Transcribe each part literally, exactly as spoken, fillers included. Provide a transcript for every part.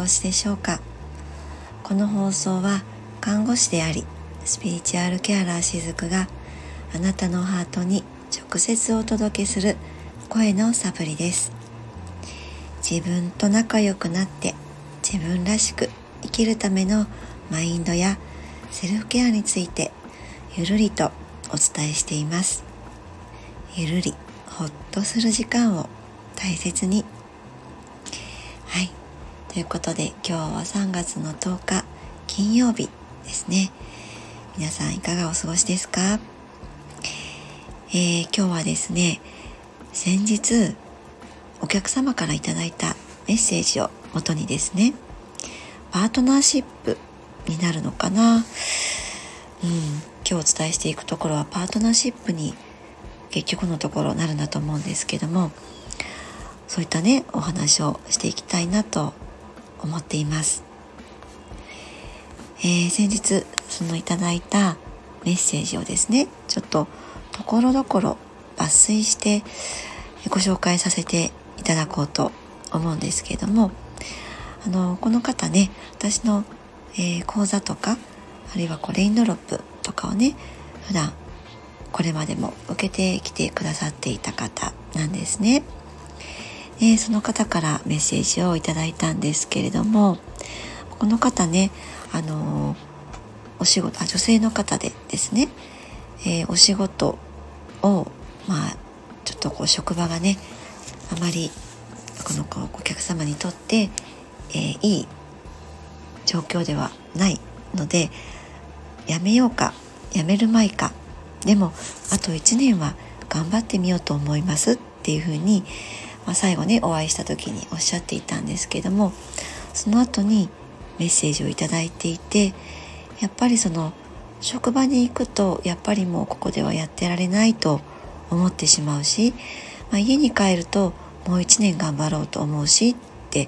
しでしょうか。この放送は看護師でありスピリチュアルケアラーしずくがあなたのハートに直接お届けする声のサプリです。自分と仲良くなって自分らしく生きるためのマインドやセルフケアについてゆるりとお伝えしています。ゆるりほっとする時間を大切に。はい、ということで今日はさんがつのとおか金曜日ですね。皆さんいかがお過ごしですか？えー、今日はですね、先日お客様からいただいたメッセージを元にですね、パートナーシップになるのかな、うん、今日お伝えしていくところはパートナーシップに結局のところなるんだと思うんですけども、そういったねお話をしていきたいなと思っています。えー、先日そのいただいたメッセージをですね、ちょっとところどころ抜粋してご紹介させていただこうと思うんですけれども、あのこの方ね、私の、えー、講座とかあるいはこうレインドロップとかをね普段これまでも受けてきてくださっていた方なんですね。でその方からメッセージをいただいたんですけれども、この方ね、あのお仕事あ女性の方でですね、えー、お仕事をまあちょっとこう職場がねあまりこのこうお客様にとって、えー、いい状況ではないので、辞めようか辞めるまいか、でもあといちねんは頑張ってみようと思いますっていうふうに、まあ、最後ねお会いした時におっしゃっていたんですけども、その後にメッセージをいただいていて、やっぱりその職場に行くとやっぱりもうここではやってられないと思ってしまうし、まあ、家に帰るともう一年頑張ろうと思うしって、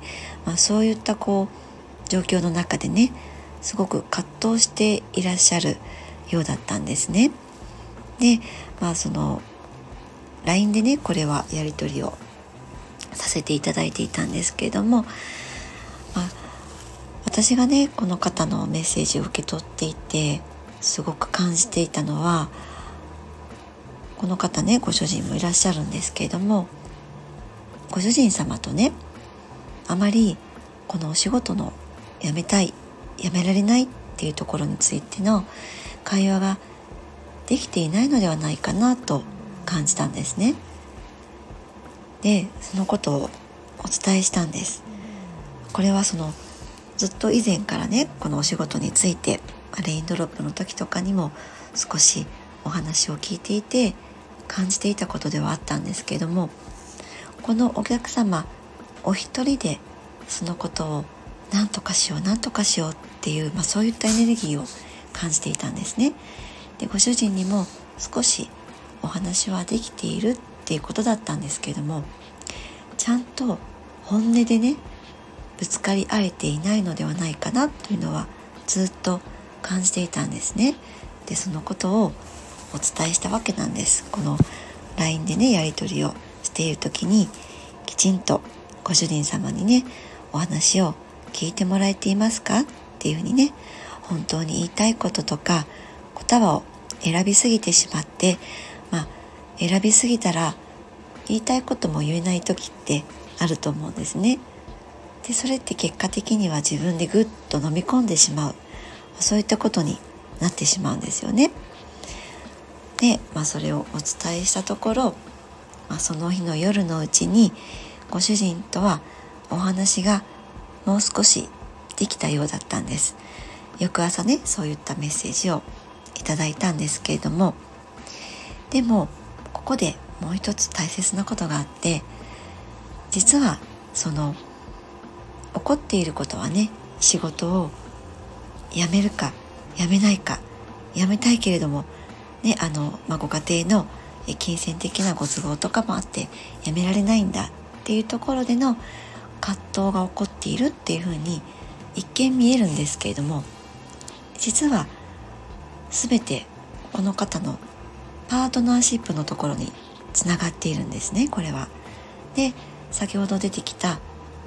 まあ、そういったこう状況の中でねすごく葛藤していらっしゃるようだったんですね。で、まあその ライン でねこれはやり取りをさせていただいていたんですけれども、まあ、私がねこの方のメッセージを受け取っていてすごく感じていたのは、この方ねご主人もいらっしゃるんですけれども、ご主人様とねあまりこのお仕事の辞めたい辞められないっていうところについての会話ができていないのではないかなと感じたんですね。でそのことをお伝えしたんです。これはそのずっと以前からねこのお仕事についてレインドロップの時とかにも少しお話を聞いていて感じていたことではあったんですけれども、このお客様お一人でそのことを何とかしよう何とかしようっていう、まあ、そういったエネルギーを感じていたんですね。でご主人にも少しお話はできているっていうことだったんですけれども、ちゃんと本音でねぶつかり合えていないのではないかなというのはずっと感じていたんですね。でそのことをお伝えしたわけなんです。この ライン でねやり取りをしている時にきちんとご主人様にねお話を聞いてもらえていますかっていうふうにね、本当に言いたいこととか言葉を選びすぎてしまって、まあ選びすぎたら言いたいことも言えない時ってあると思うんですね。でそれって結果的には自分でぐっと飲み込んでしまう、そういったことになってしまうんですよね。で、まあ、それをお伝えしたところ、まあ、その日の夜のうちにご主人とはお話がもう少しできたようだったんです。翌朝ねそういったメッセージをいただいたんですけれども、でもここでもう一つ大切なことがあって、実はその起こっていることはね、仕事を辞めるか辞めないか、辞めたいけれどもね、あの、まあ、ご家庭の金銭的なご都合とかもあって辞められないんだっていうところでの葛藤が起こっているっていうふうに一見見えるんですけれども、実は全てこの方のパートナーシップのところにつながっているんですね、これは。で、先ほど出てきた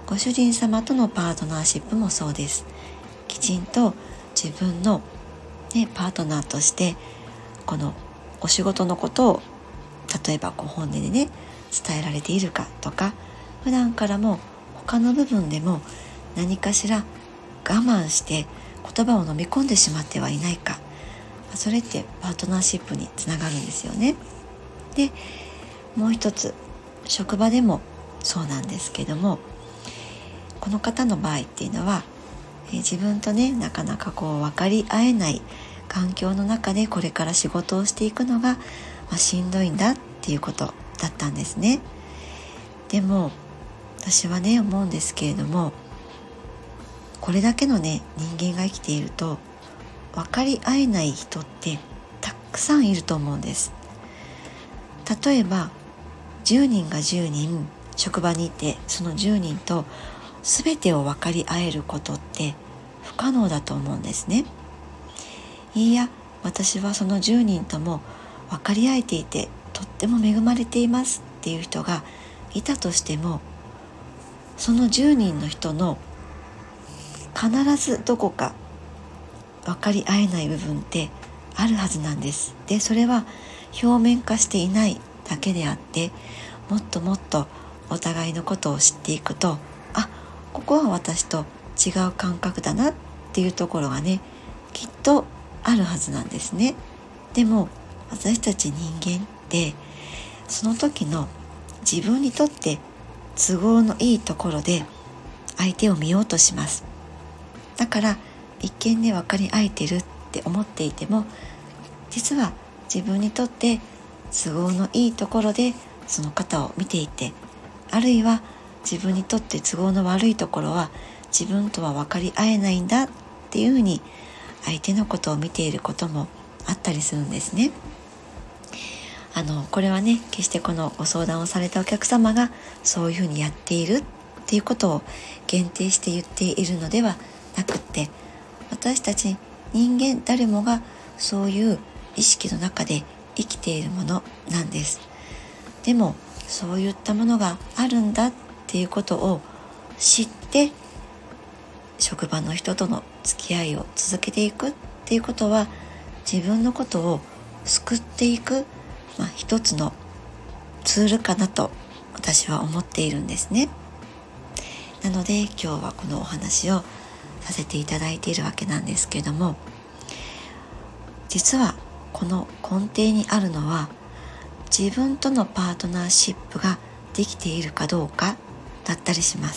ご主人様とのパートナーシップもそうです。きちんと自分の、ね、パートナーとしてこのお仕事のことを例えばこう本音でね伝えられているかとか、普段からも他の部分でも何かしら我慢して言葉を飲み込んでしまってはいないか、それってパートナーシップにつながるんですよね。で、もう一つ職場でもそうなんですけども、この方の場合っていうのは、えー、自分とねなかなかこう分かり合えない環境の中でこれから仕事をしていくのが、まあ、しんどいんだっていうことだったんですね。でも私はね思うんですけれども、これだけのね人間が生きていると分かり合えない人ってたくさんいると思うんです。例えばじゅうにんがじゅうにん職場にいて、そのじゅうにんと全てを分かり合えることって不可能だと思うんですね。いいや、私はそのじゅうにんとも分かり合えていてとっても恵まれていますっていう人がいたとしても、そのじゅうにんの人の必ずどこか分かり合えない部分ってあるはずなんです。で、それは表面化していないだけであって、もっともっとお互いのことを知っていくと、あ、ここは私と違う感覚だなっていうところがねきっとあるはずなんですね。でも私たち人間ってその時の自分にとって都合のいいところで相手を見ようとします。だから一見ね分かり合えてるって思っていても、実は自分にとって都合のいいところでその方を見ていて、あるいは自分にとって都合の悪いところは自分とは分かり合えないんだっていうふうに相手のことを見ていることもあったりするんですね。あのこれはね決してこのご相談をされたお客様がそういうふうにやっているっていうことを限定して言っているのではなくって、私たち人間誰もがそういう意識の中で生きているものなんです。でもそういったものがあるんだっていうことを知って、職場の人との付き合いを続けていくっていうことは、自分のことを救っていく、まあ、一つのツールかなと私は思っているんですね。なので今日はこのお話をさせていただいているわけなんですけれども、実はこの根底にあるのは自分とのパートナーシップができているかどうかだったりします。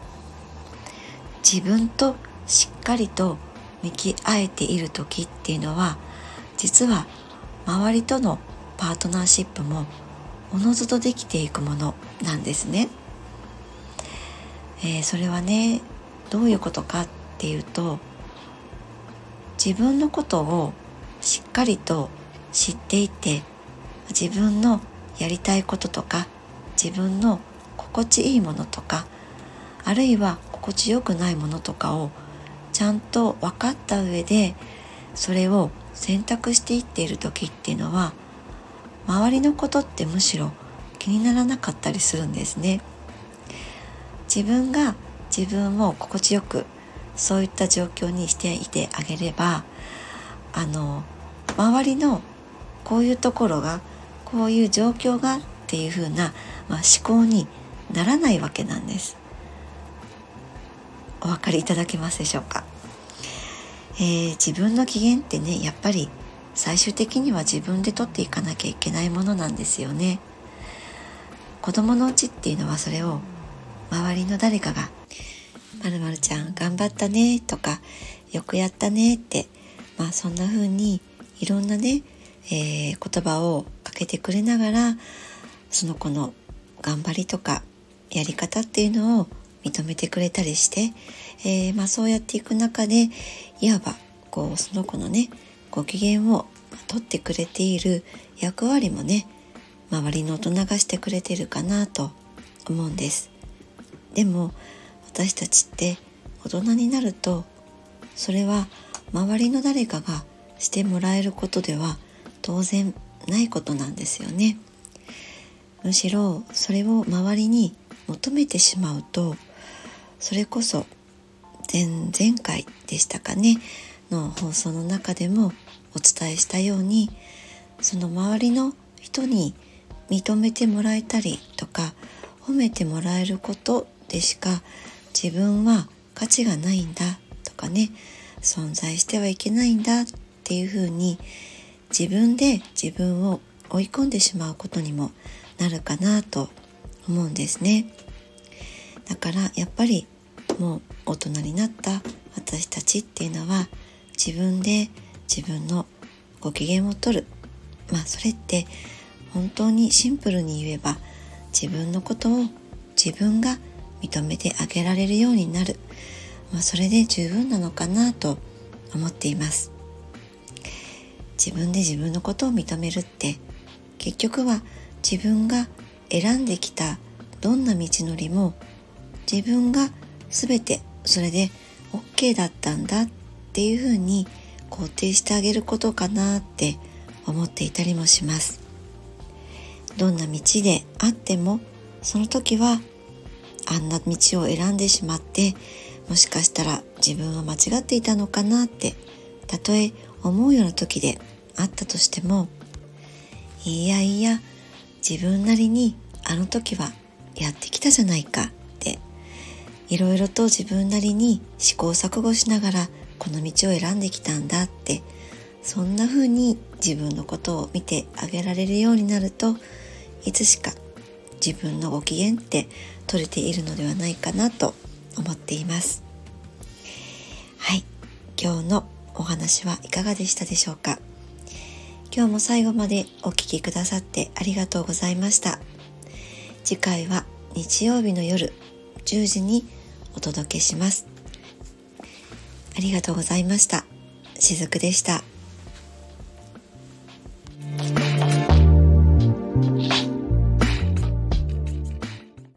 自分としっかりと向き合えている時っていうのは、実は周りとのパートナーシップもおのずとできていくものなんですね。えー、それはねどういうことかっていうと、自分のことをしっかりと知っていて、自分のやりたいこととか自分の心地いいものとか、あるいは心地よくないものとかをちゃんと分かった上でそれを選択していっている時っていうのは、周りのことってむしろ気にならなかったりするんですね。自分が自分を心地よくそういった状況にしていてあげれば、あの周りのこういうところがこういう状況がっていう風な、まあ、思考にならないわけなんです。お分かりいただけますでしょうか。えー、自分の機嫌ってねやっぱり最終的には自分で取っていかなきゃいけないものなんですよね。子供のうちっていうのはそれを周りの誰かが〇〇ちゃん頑張ったねとかよくやったねって、まあそんな風にいろんなね、えー、言葉をかけてくれながら、その子の頑張りとかやり方っていうのを認めてくれたりして、えーまあ、そうやっていく中でいわばこうその子のねご機嫌を取ってくれている役割もね周りの大人がしてくれてるかなと思うんです。でも私たちって大人になるとそれは周りの誰かがしてもらえることでは当然ないことなんですよね。むしろそれを周りに求めてしまうとそれこそ前々回でしたかねの放送の中でもお伝えしたように、その周りの人に認めてもらえたりとか褒めてもらえることでしか自分は価値がないんだとかね、存在してはいけないんだっていうふうに自分で自分を追い込んでしまうことにもなるかなと思うんですね。だからやっぱりもう大人になった私たちっていうのは自分で自分のご機嫌を取る、まあそれって本当にシンプルに言えば自分のことを自分が認めてあげられるようになる、まあ、それで十分なのかなと思っています。自分で自分のことを認めるって結局は自分が選んできたどんな道のりも自分が全てそれで OK だったんだっていうふうに肯定してあげることかなって思っていたりもします。どんな道であってもその時はあんな道を選んでしまってもしかしたら自分は間違っていたのかなってたとえ思うような時であったとしても、いやいや自分なりにあの時はやってきたじゃないかっていろいろと自分なりに試行錯誤しながらこの道を選んできたんだって、そんな風に自分のことを見てあげられるようになるといつしか自分のご機嫌って取れているのではないかなと思っています。はい、今日のお話はいかがでしたでしょうか。今日も最後までお聞きくださってありがとうございました。次回は日曜日の夜じゅうじにお届けします。ありがとうございました。しずくでした。